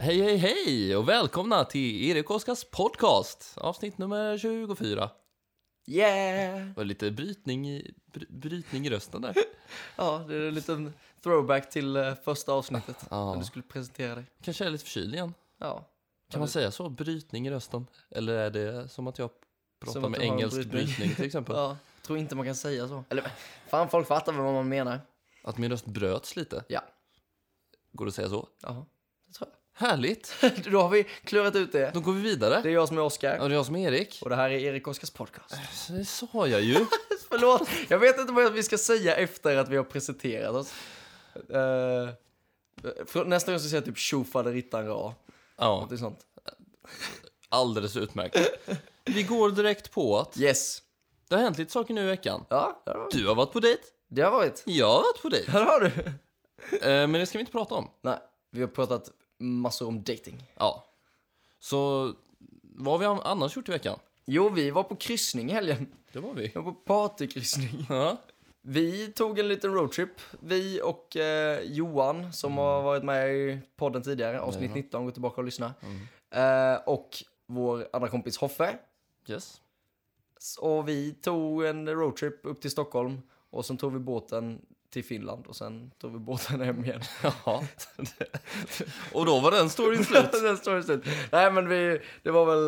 Hej, hej, hej och välkomna till Erik Oscars podcast, avsnitt nummer 24. Yeah! Det var lite brytning i rösten där. Ja, det är en liten throwback till första avsnittet. Ja. När du skulle presentera dig. Kanske är lite förkyld igen. Ja. Kan man säga så? Brytning i rösten? Eller är det som att jag pratar Som att med du har en engelsk brytning till exempel? Ja, tror inte man kan säga så. Eller, fan, folk fattar väl vad man menar. Att min röst bröts lite? Ja. Går det att säga så? Ja, det tror Härligt! jag. Då har vi klurat ut det. Då går vi vidare. Det är jag som är Oscar. Och det är jag som är Erik. Och det här är Erik Oscars podcast. Det sa jag ju. Förlåt, jag vet inte vad vi ska säga efter att vi har presenterat oss. Nästa gång så säger jag typ tjofaderittan ra. Ja, Något sånt. alldeles utmärkt. Vi går direkt på att Yes. det har hänt lite saker nu i veckan. Ja, det har varit. Du har varit på dejt. Det har varit. Jag har varit på dejt. Här har du. Men det ska vi inte prata om. Nej, vi har pratat massor om dating. Ja. Så vad har vi annars gjort i veckan? Jo, vi var på kryssning i helgen. Det var vi. Vi var på partykryssning. Ja. Vi tog en liten roadtrip. Vi och Johan, som har varit med i podden tidigare, avsnitt 19, gå tillbaka och lyssna. Och vår andra kompis Hoffe. Yes. Och vi tog en roadtrip upp till Stockholm. Och sen tog vi båten till Finland. Och sen tog vi båten hem igen. Ja. Och då var den storyn slut. Den storyn slut. Nej, men det var väl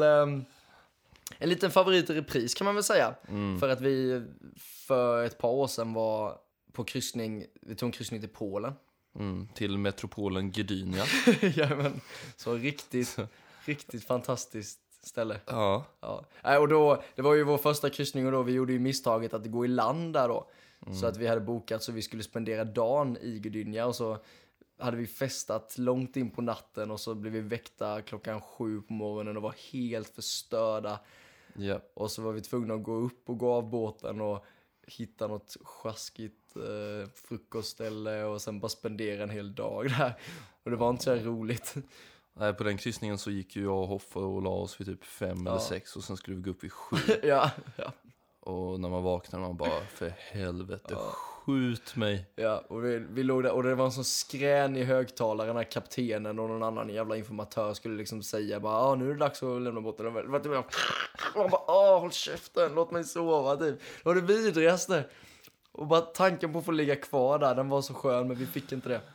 en liten favorit i repris kan man väl säga. För att vi för ett par år sedan var på kryssning. Vi tog en kryssning till Polen. Till metropolen Gdynia. Jajamän. Så riktigt fantastiskt ställe. Ja. Ja. Och då, det var ju vår första kryssning och då vi gjorde ju misstaget att gå i land där då. Så att vi hade bokat så vi skulle spendera dagen i Gdynia och så hade vi festat långt in på natten och så blev vi väckta 7:00 på morgonen och var helt förstörda. Ja. Och så var vi tvungna att gå upp och gå av båten och hitta något sjaskigt frukostställe och sen bara spendera en hel dag där. Och det var inte så roligt. Nej, på den kryssningen så gick ju jag och Hoffe och la oss vid typ 5 eller 6 och sen skulle vi gå upp vid 7. Ja. Och när man vaknade man bara, för helvete, skjut mig. Ja, och vi låg där och det var en sån skrän i högtalaren när kaptenen och någon annan jävla informatör skulle liksom säga bara, nu är det dags att lämna båten. Och man bara, håll käften, låt mig sova typ. Det var det vidrigaste. Och bara tanken på att få ligga kvar där, den var så skön, men vi fick inte det.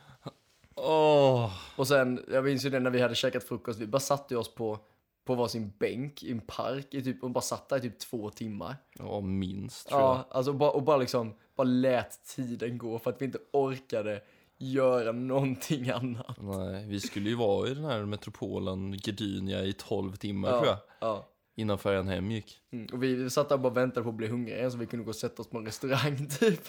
Och sen, jag minns ju det när vi hade käkat frukost, vi bara satte oss på varsin bänk i en park och bara satt där i typ 2 timmar. Ja, minst tror jag. Ja, alltså bara lät tiden gå för att vi inte orkade göra någonting annat. Nej, vi skulle ju vara i den här metropolen Gdynia i 12 timmar tror jag. Ja. Innan färjan hem gick. Och vi satt där och bara väntade på att bli hungriga så vi kunde gå och sätta oss på en restaurang typ.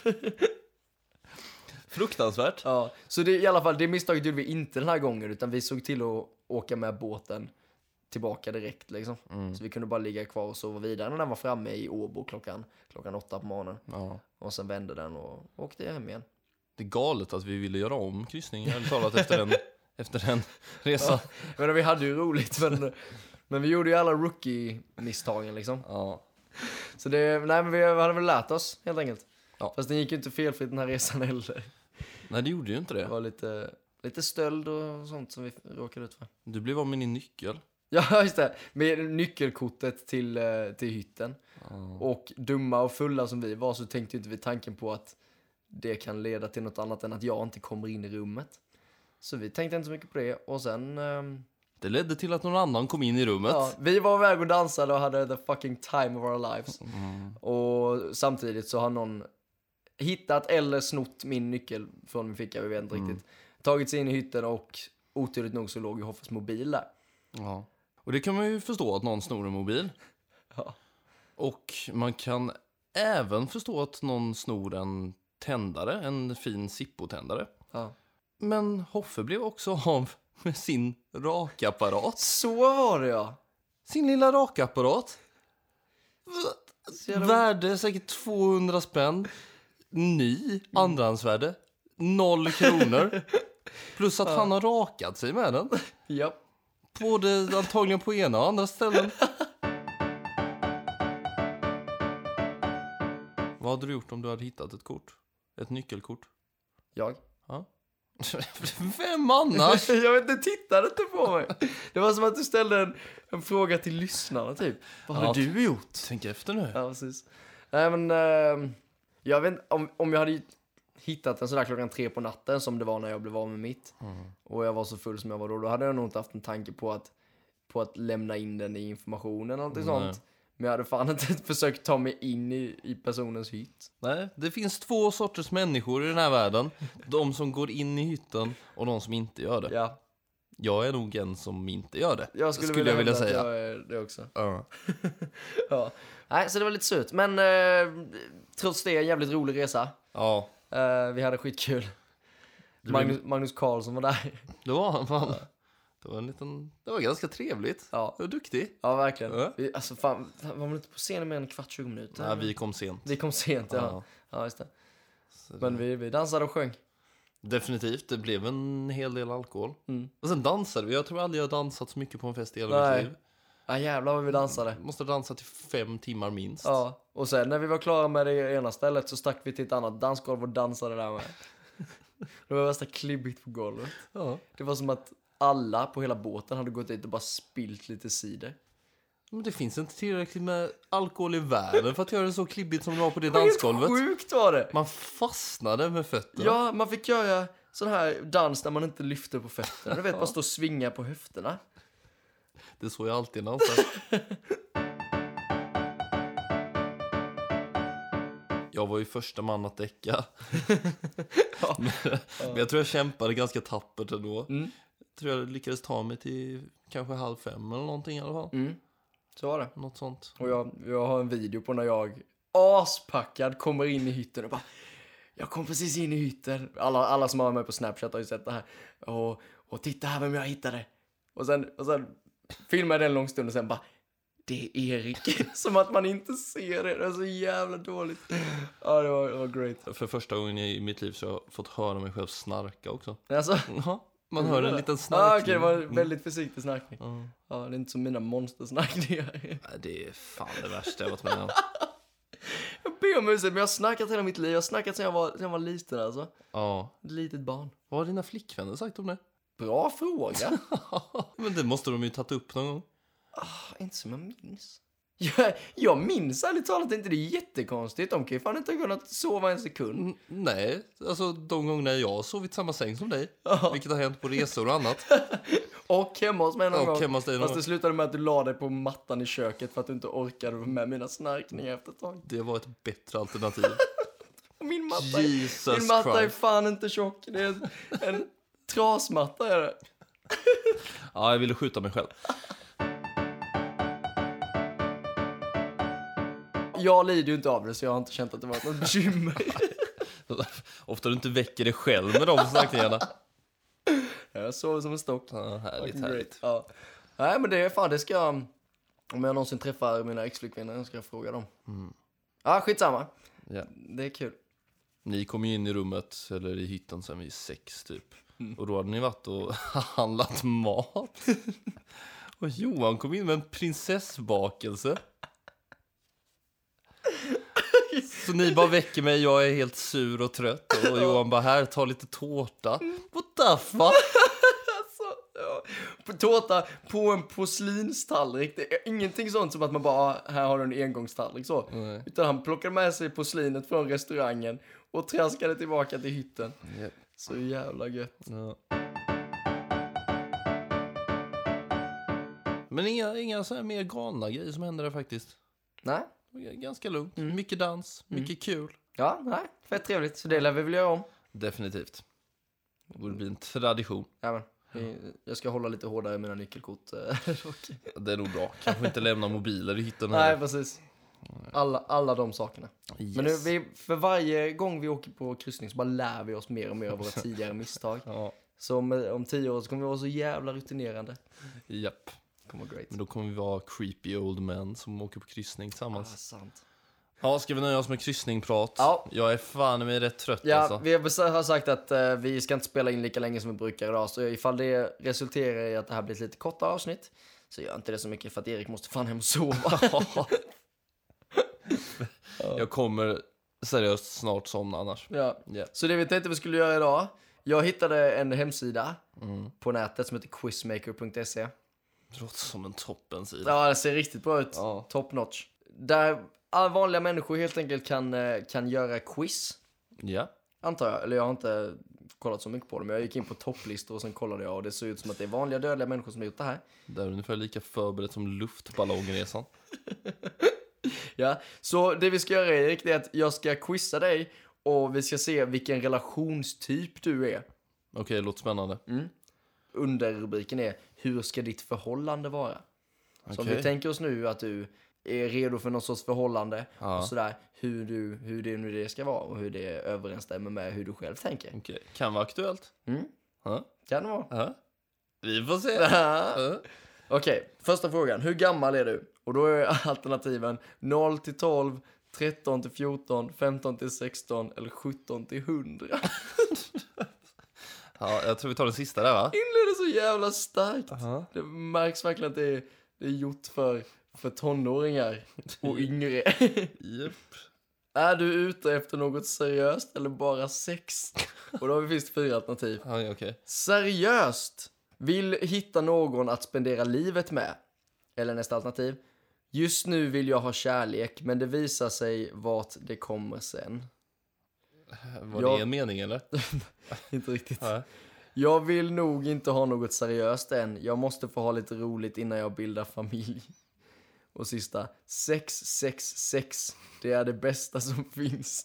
Fruktansvärt. Ja, så det i alla fall, det misstaget gjorde vi inte den här gången utan vi såg till att åka med båten tillbaka direkt liksom. Så vi kunde bara ligga kvar och sova vidare när den var framme i Åbo klockan 8 på morgonen. Ja. Och sen vände den och åkte hem igen. Det är galet att vi ville göra om kryssningen, jag hade talat efter den resan. Ja, men vi hade ju roligt men vi gjorde ju alla rookie-misstagen liksom. Ja. Så men vi hade väl lärt oss helt enkelt. Ja. Fast den gick ju inte felfritt den här resan heller. Nej, det gjorde ju inte det. Det var lite stöld och sånt som vi råkade ut för. Du blev av med din nyckel. Ja, just det. Med nyckelkortet till hytten. Och dumma och fulla som vi var så tänkte inte vi tanken på att det kan leda till något annat än att jag inte kommer in i rummet. Så vi tänkte inte så mycket på det. Och sen... Det ledde till att någon annan kom in i rummet. Ja, vi var iväg och dansade och hade the fucking time of our lives. Och samtidigt så har någon hittat eller snott min nyckel från min ficka, vi vet inte riktigt. Tagit sig in i hytten och oturligt nog så låg ju Hoffes mobil där. Ja. Och det kan man ju förstå att någon snor en mobil. Ja. Och man kan även förstå att någon snor en tändare, en fin Zippo-tändare. Ja. Men Hoffe blev också av med sin rakapparat. Så var det, ja. Sin lilla rakapparat. jävla- Värde säkert 200 spänn. Ny andrahandsvärde 0 kronor. Plus att han har rakat sig med den. Japp. Både antagligen på ena och andra ställen. Vad hade du gjort om du hade hittat ett kort? Ett nyckelkort? Jag? Ja. Vem annars? Jag vet inte, tittade inte på mig. Det var som att du ställde en fråga till lyssnarna typ. Vad har du gjort? Tänk efter nu. Ja, precis. Nej, men jag vet inte, om jag hade hittat en sådär 3:00 på natten som det var när jag blev av med mitt. Och jag var så full som jag var då hade jag nog inte haft en tanke på att lämna in den i informationen eller någonting sånt. Men jag hade fan inte försökt ta mig in i personens hytt. Nej, det finns 2 sorters människor i den här världen. De som går in i hytten och de som inte gör det. Ja. Jag är nog en som inte gör det. Jag skulle jag vilja säga. Att jag är det också. Ja. Ja. Nej, så det var lite surt. Men trots det, en jävligt rolig resa. Ja. Vi hade skitkul. Magnus Carlsson var där. Det var han fan. Det var ganska trevligt. Ja. Du var duktig. Ja, verkligen. Ja. Vi, alltså fan, var man inte på scenen med en 15-20 minuter? Nej, vi kom sent. Vi kom sent, ja. Ja, just det. Men vi dansade och sjöng. Definitivt, det blev en hel del alkohol. Och sen dansade vi. Jag tror aldrig jag har dansat så mycket på en fest i hela mitt liv. Ja, jävlar vad vi dansade. Måste dansa till 5 timmar minst. Ja, och sen när vi var klara med det ena stället så stack vi till ett annat dansgolv och dansade där med. Det var värsta klibbigt på golvet. Ja. Det var som att alla på hela båten hade gått dit och bara spilt lite cider. Men det finns inte tillräckligt med alkohol i världen för att göra det så klibbigt som det var på det Det var dansgolvet. helt sjukt var det. Man fastnade med fötterna. Ja, man fick göra sån här dans där man inte lyfter på fötterna. Du vet, bara stå och svinga på höfterna. Det är så jag alltid dansar. Jag var ju första man att däcka. Men jag tror jag kämpade ganska tappert ändå. Jag tror jag lyckades ta mig till kanske 4:30 eller någonting i alla fall. Så var det. Något sånt. Och jag har en video på när jag aspackad kommer in i hytten och bara... Jag kom precis in i hytten. Alla som har med på Snapchat har ju sett det här. Och titta här vem jag hittade. Och sen filmade jag den en lång stund och sen bara... Det är Erik. Som att man inte ser det. Det är så jävla dåligt. Ja, det var great. För första gången i mitt liv så har jag fått höra mig själv snarka också. Alltså... Ja, man hör en liten snarkning. Okej, det var väldigt försiktig snarkning. Ja, det är inte som mina monstersnarkningar. Nej, det är fan det värsta jag varit med om. Jag ber om ursäkt, men jag har snackat hela mitt liv. Jag har snackat sen jag var liten alltså. Ja. Ett litet barn. Vad har dina flickvänner sagt om det? Bra fråga. Men det måste de ju tagit upp någon gång. Inte som jag minns. Jag minns ärligt talat inte, det är jättekonstigt. De kan ju fan inte ha kunnat sova en sekund. Nej, alltså de gånger jag har sovit i samma säng som dig. Vilket har hänt på resor och annat. Och hemma hos mig någon gång. Hemma hos dig någon Fast det slutade med att du la dig på mattan i köket för att du inte orkade med mina snarkningar efter ett tag. Det var ett bättre alternativ. Min matta, Jesus min matta är Christ. fan inte tjock. Det är en trasmatta är det. Ja, jag ville skjuta mig själv. Jag lider ju inte av det så jag har inte känt att det var något bekymmer. Ofta du inte väcker dig själv med de snackningarna. Jag sover som en stock. Ja, härligt. Ja. Nej, men det är fan, det ska jag... Om jag någonsin träffar mina ex-flickvänner ska jag fråga dem. Ja, skitsamma. Ja. Det är kul. Ni kom ju in i rummet, eller i hytten sen vid 6 typ. Och då hade ni varit och handlat mat. Och Johan kom in med en prinsessbakelse. Så ni bara väcker mig, jag är helt sur och trött. Och Johan bara, här, ta lite tårta. What the fuck? Alltså, ja. Tårta på en porslinstallrik. Det är ingenting sånt som att man bara, här har du en engångstallrik så. Nej. Utan han plockade med sig porslinet från restaurangen och traskade tillbaka till hytten. Yep. Så jävla gött. Ja. Men inga så här mer galna grejer som händer där faktiskt. Nej. Ganska lugnt. Mycket dans, mycket kul. Ja, nej. Fett trevligt. Så det lär vi väl göra om. Definitivt. Det borde bli en tradition. Ja, men. Jag ska hålla lite hårdare i mina nyckelkort. Det är nog bra. Kanske inte lämna mobiler i hytten här. Nej, precis. Alla de sakerna. Yes. Men nu, för varje gång vi åker på kryssning så bara lär vi oss mer och mer av våra tidigare misstag. Ja. Så om 10 år så kommer vi vara så jävla rutinerande. Japp. Kommer great. Men då kommer vi vara creepy old men som åker på kryssning tillsammans. Sant. Ja, ska vi nöja oss med kryssningprat? Ja. Jag är fan med rätt trött Ja, alltså. vi har sagt att vi ska inte spela in lika länge som vi brukar idag. Så ifall det resulterar i att det här blir ett lite kortare avsnitt så gör inte det så mycket för att Erik måste fan hem och sova. Jag kommer seriöst snart somna annars. Ja. Yeah. Så det vi tänkte vi skulle göra idag Jag hittade en hemsida på nätet som heter quizmaker.se. Det låter som en toppensida. Ja, det ser riktigt bra ut. Ja. Top notch. Där vanliga människor helt enkelt kan göra quiz, Ja. antar jag. Eller jag har inte kollat så mycket på det, men jag gick in på topplistor och sen kollade jag och det såg ut som att det är vanliga dödliga människor som har gjort det här. Det är ungefär lika förberett som luftballongresan. Ja, så det vi ska göra, Erik, det är att jag ska quizza dig och vi ska se vilken relationstyp du är. Okej, låter spännande. Underrubriken är hur ska ditt förhållande vara? Så om Okej. vi tänker oss nu att du är redo för någon sorts förhållande Ja. och sådär, hur det nu det ska vara och hur det överensstämmer med hur du själv tänker. Okej. Kan vara aktuellt. Ja. Kan det vara? Ja. Vi får se. Ja. Okej, första frågan. Hur gammal är du? Och då är alternativen 0 till 12, 13 till 14, 15 till 16 eller 17 till 100. Ja, jag tror vi tar den sista där, va? Inleder så jävla starkt. Aha. Det märks verkligen att det är gjort för tonåringar och yngre. Japp. Är du ute efter något seriöst eller bara sex? Och då har vi visst 4 alternativ. Ja, okej. Seriöst. Vill hitta någon att spendera livet med. Eller nästa alternativ. Just nu vill jag ha kärlek, men det visar sig vart det kommer sen. Var Ja. det en mening, eller? Inte riktigt. Ja. Jag vill nog inte ha något seriöst än. Jag måste få ha lite roligt innan jag bildar familj. Och sista. 666. Det är det bästa som finns.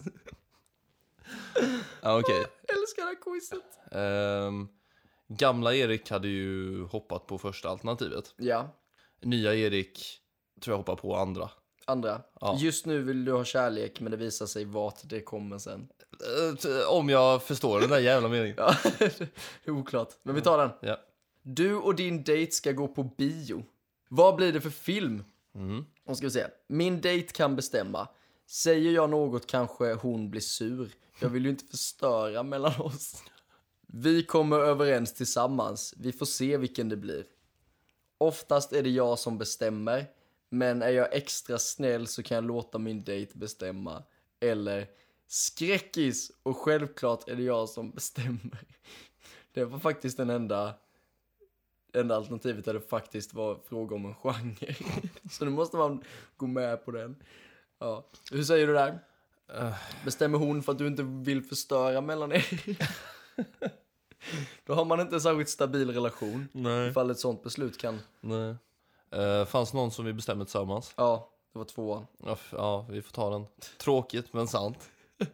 Ja, okej. Älskar det här quizet. Gamla Erik hade ju hoppat på första alternativet. Ja. Nya Erik tror jag hoppar på andra. Andra. Ja. Just nu vill du ha kärlek, men det visar sig vart det kommer sen. Om jag förstår den där jävla meningen. Ja, det är oklart. Men vi tar den. Ja. Du och din dejt ska gå på bio. Vad blir det för film? Mm. Nu ska vi se. Min dejt kan bestämma. Säger jag något kanske hon blir sur. Jag vill ju inte förstöra mellan oss. Vi kommer överens tillsammans. Vi får se vilken det blir. Oftast är det jag som bestämmer. Men är jag extra snäll så kan jag låta min dejt bestämma. Eller skräckis. Och självklart är det jag som bestämmer. Det var faktiskt den enda alternativet där det faktiskt var fråga om en genre. Så nu måste man gå med på den. Ja. Hur säger du där? Bestämmer hon för att du inte vill förstöra mellan er? Då har man inte en särskilt stabil relation. Nej. Ifall ett sånt beslut kan... Nej. Fanns någon som vi bestämde tillsammans? Ja, det var 2. Ja, vi får ta den. Tråkigt, men sant.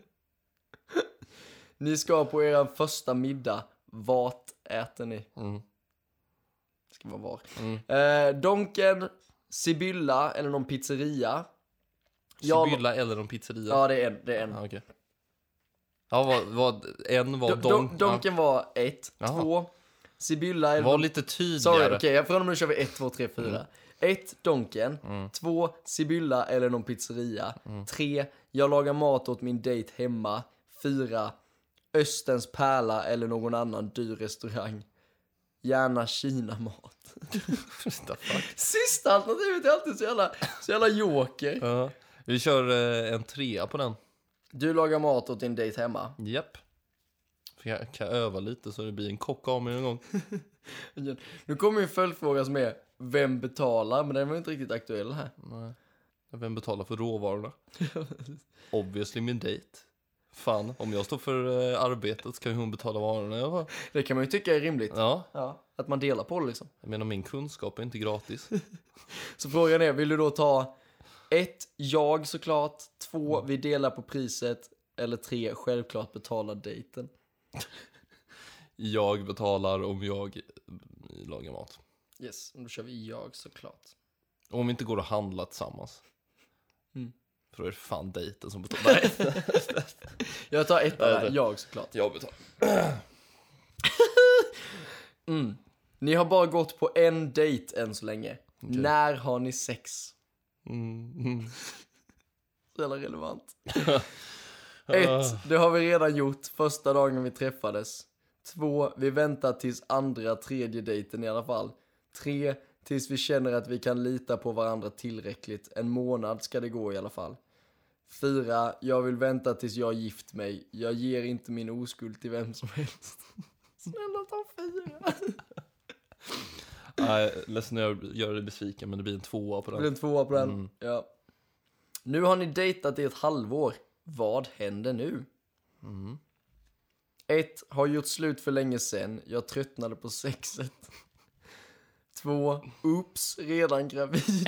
Ni ska på er första middag. Vart äter ni? Det ska vara var. Donken, Sibylla eller någon pizzeria. Sibylla eller någon pizzeria? Ja, det är en. Ja, okej. Ja, en var Donken var 1, Jaha. 2. Sibylla eller... Var lite tydligare. Sorry, okej. Från och med nu kör vi 1, 2, 3, 4. 1, Donken. 2, Sibylla eller någon pizzeria. 3, jag lagar mat åt min dejt hemma. 4, Östens pärla eller någon annan dyr restaurang. Gärna Kina-mat. Sista alternativet är alltid så jävla joker. Ja. Vi kör en 3 på den. Du lagar mat åt din dejt hemma. Japp. Jag kan öva lite så det blir en kock av mig någon gång. Nu kommer ju en följdfråga som är vem betalar, men den var inte riktigt aktuell här. Nej. Vem betalar för råvarorna? Obviously min dejt. Fan, om jag står för arbetet ska ju hon betala varorna. Ja. Det kan man ju tycka är rimligt. Ja, Att man delar på det liksom. jag menar min kunskap är inte gratis. Så frågan är, vill du då ta 1, jag såklart, 2, vi delar på priset, eller 3, självklart betalar dejten. Jag betalar om jag lagar mat. Yes, då kör vi jag såklart. Och om vi inte går och handlar tillsammans. För då är det fan dejten som betalar. Jag tar 1 där, jag såklart. Jag betalar. Ni har bara gått på en dejt än så länge. När har ni sex? Så jävla relevant. 1, det har vi redan gjort första dagen vi träffades. 2, vi väntar tills andra, tredje dejten i alla fall. 3, tills vi känner att vi kan lita på varandra tillräckligt. En månad ska det gå i alla fall. 4. Jag vill vänta tills jag gift mig. Jag ger inte min oskuld till vem som helst. Snälla ta 4. Nej, ledsen jag gör det besviken, men det blir en 2 på Det den. blir en 2 på den. Ja. Nu har ni dejtat i ett halvår. Vad händer nu? 1. Har gjort slut för länge sedan. Jag tröttnade på sexet. 2. Oops, redan gravid.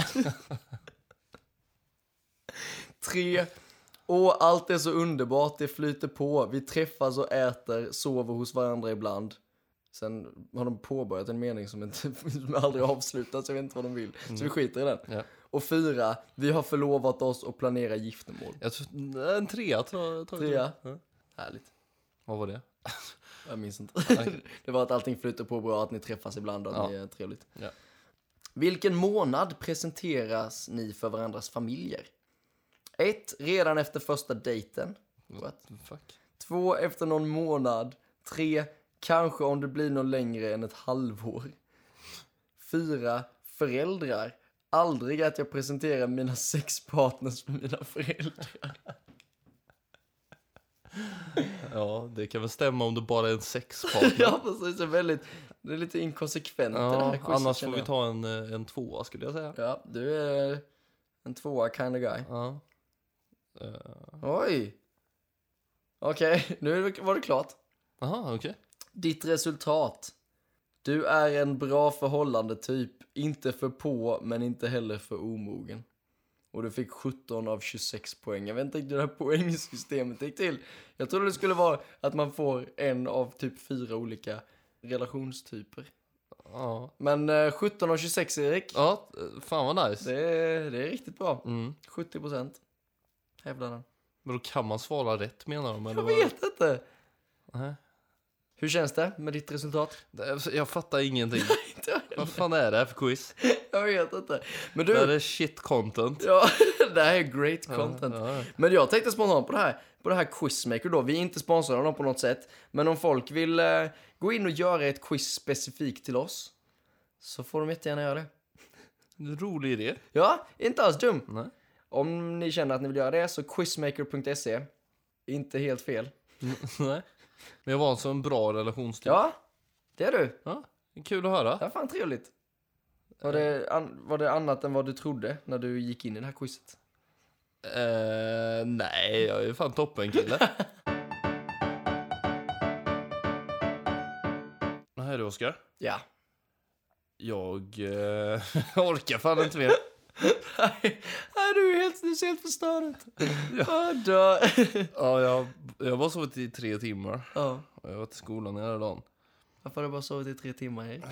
3. Åh, allt är så underbart, det flyter på. Vi träffas och äter, sover hos varandra ibland. Sen har de påbörjat en mening som aldrig avslutas, jag vet inte vad de vill. Så vi skiter i den. Ja. Och 4. Vi har förlovat oss och planerar giftermål. Jag tror, en 3 tror 3. Ja. Härligt. Vad var det? Jag minns inte. Det var att allting flyter på bra, att ni träffas ibland och att ni är trevligt. Ja. Vilken månad presenteras ni för varandras familjer? 1. Redan efter första dejten. What? Fuck. 2. Efter någon månad. 3. Kanske om det blir någon längre än ett halvår. 4. Föräldrar. Aldrig att jag presenterar mina sexpartners för mina föräldrar. Ja, det kan väl stämma om det bara är en sexpartner. Ja, precis. Det är lite inkonsekvent. Det här Ja, quizet, annars får känner vi jag. ta en 2 skulle jag säga. Ja, du är en 2 kind of guy. Ja. Oj! Okej, nu var det klart. Aha, okej. Ditt resultat. Du är en bra förhållande typ. Inte för på, men inte heller för omogen. Och du fick 17 av 26 poäng. Jag vet inte hur det här poängsystemet gick till. Jag trodde det skulle vara att man får en av typ 4 olika relationstyper. Ja. Men 17 av 26, Erik. Ja, fan vad nice. Det är riktigt bra. 70%. Hävdar den. Men då kan man svara rätt menar de? Eller Jag vet inte. Nej. Hur känns det med ditt resultat? Jag fattar ingenting. Vad fan är det här för quiz? Jag vet inte. Men Det här du, är shit content. ja, det här är great content. Ja. Men jag tänkte spontant på det här Quizmaker då. Vi är inte sponsrade av dem på något sätt. Men om folk vill gå in och göra ett quiz specifikt till oss, så får de jättegärna göra det. Rolig idé. Ja, inte alls dum. Nej. Om ni känner att ni vill göra det, så quizmaker.se. Inte helt fel. Nej. Men jag var alltså en bra relationstyp. Ja, det är du. Ja, kul att höra. Det var fan trevligt. Var det annat än vad du trodde när du gick in i det här quizet? Nej, jag är fan toppen kille. Nej du Oskar. Ja. Jag orkar fan inte mer. Nej, du ser helt förstörd ut. Ja. Ja, jag har sovit i 3 timmar. Ja. Och jag var till skolan hela dagen. Varför har du bara sovit i 3 timmar, Erik?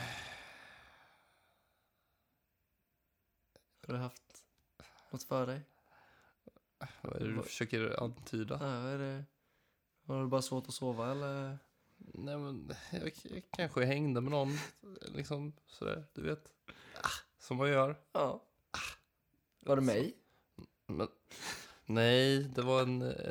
Har du haft något för dig? Vad är det du försöker antyda? Ja, vad är det? Har du bara svårt att sova, eller? Nej men, jag kanske hängde med någon, liksom sådär, du vet. Som man gör. Ja. Var det mig? Men, nej, det var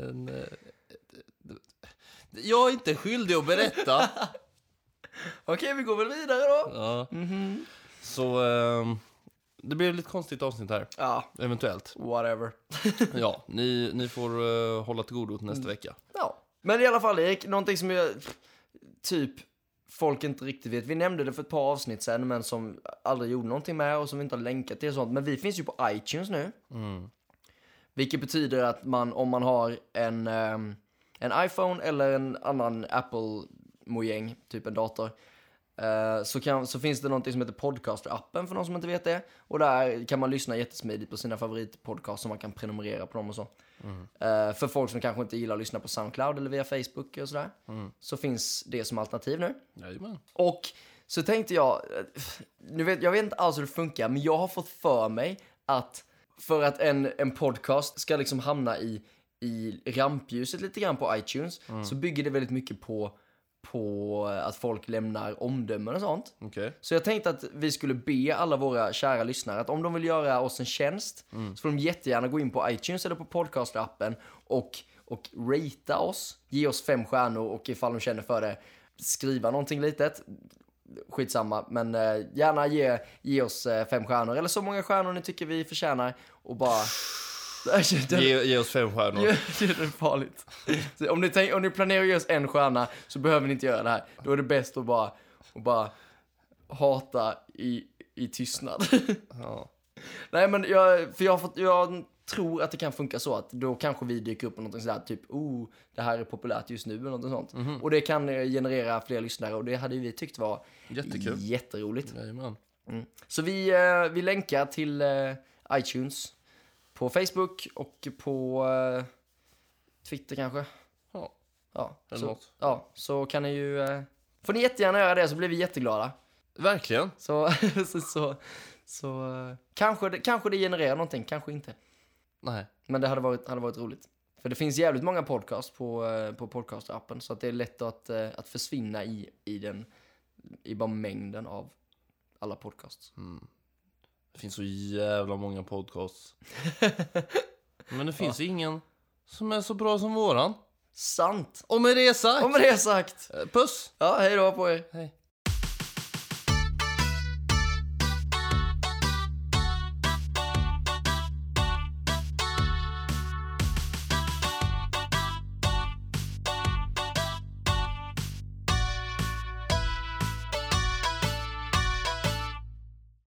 jag är inte skyldig att berätta. Okej, vi går väl vidare då. Ja. Så det blir ett lite konstigt avsnitt här. Ja, Eventuellt. whatever. Ja, ni får hålla till godo till nästa vecka. Ja. Men i alla fall, Erik, någonting som jag typ folk inte riktigt vet. Vi nämnde det för ett par avsnitt sedan, men som aldrig gjorde någonting med och som vi inte har länkat till och sånt. Men vi finns ju på iTunes nu. Vilket betyder att om man har en iPhone eller en annan Apple-mojäng, typ en dator, så finns det någonting som heter Podcaster-appen för någon som inte vet det. Och där kan man lyssna jättesmidigt på sina favoritpodcasts som man kan prenumerera på dem och så. För folk som kanske inte gillar att lyssna på SoundCloud eller via Facebook och sådär. Så finns det som alternativ nu. Jajamän. Och så tänkte jag, jag vet inte alls hur det funkar, men jag har fått för mig att för att en podcast ska liksom hamna i rampljuset lite grann på iTunes, så bygger det väldigt mycket på att folk lämnar omdömen och sånt. Okej. Så jag tänkte att vi skulle be alla våra kära lyssnare att om de vill göra oss en tjänst, så får de jättegärna gå in på iTunes eller på Podcaster-appen och ratea oss, ge oss 5 stjärnor och ifall de känner för det, skriva någonting litet. Skitsamma, men gärna ge oss 5 stjärnor eller så många stjärnor ni tycker vi förtjänar och bara Ge oss 5 stjärnor. Det är farligt. Så om ni planerar att ge oss 1 stjärna så behöver ni inte göra det här. Då är det bäst att bara hata i tystnad. Ja. Nej, men jag tror att det kan funka så att då kanske vi dyker upp på något sådär typ, det här är populärt just nu eller något sånt. Och det kan generera fler lyssnare och det hade vi tyckt var Jättekul. Jätteroligt. Jajamän. Så vi länkar till iTunes på Facebook och på Twitter kanske. Ja. Eller Så, något. ja, så kan ni ju får ni jättegärna göra det så blir vi jätteglada. Verkligen. Så kanske det genererar någonting, kanske inte. Nej. Men det hade varit roligt. För det finns jävligt många podcasts på podcast-appen så att det är lätt att försvinna i bara mängden av alla podcasts. Det finns så jävla många podcasts. Men det finns ingen som är så bra som våran. Sant. Och med det sagt. Puss. Ja, hej då på er. Hej.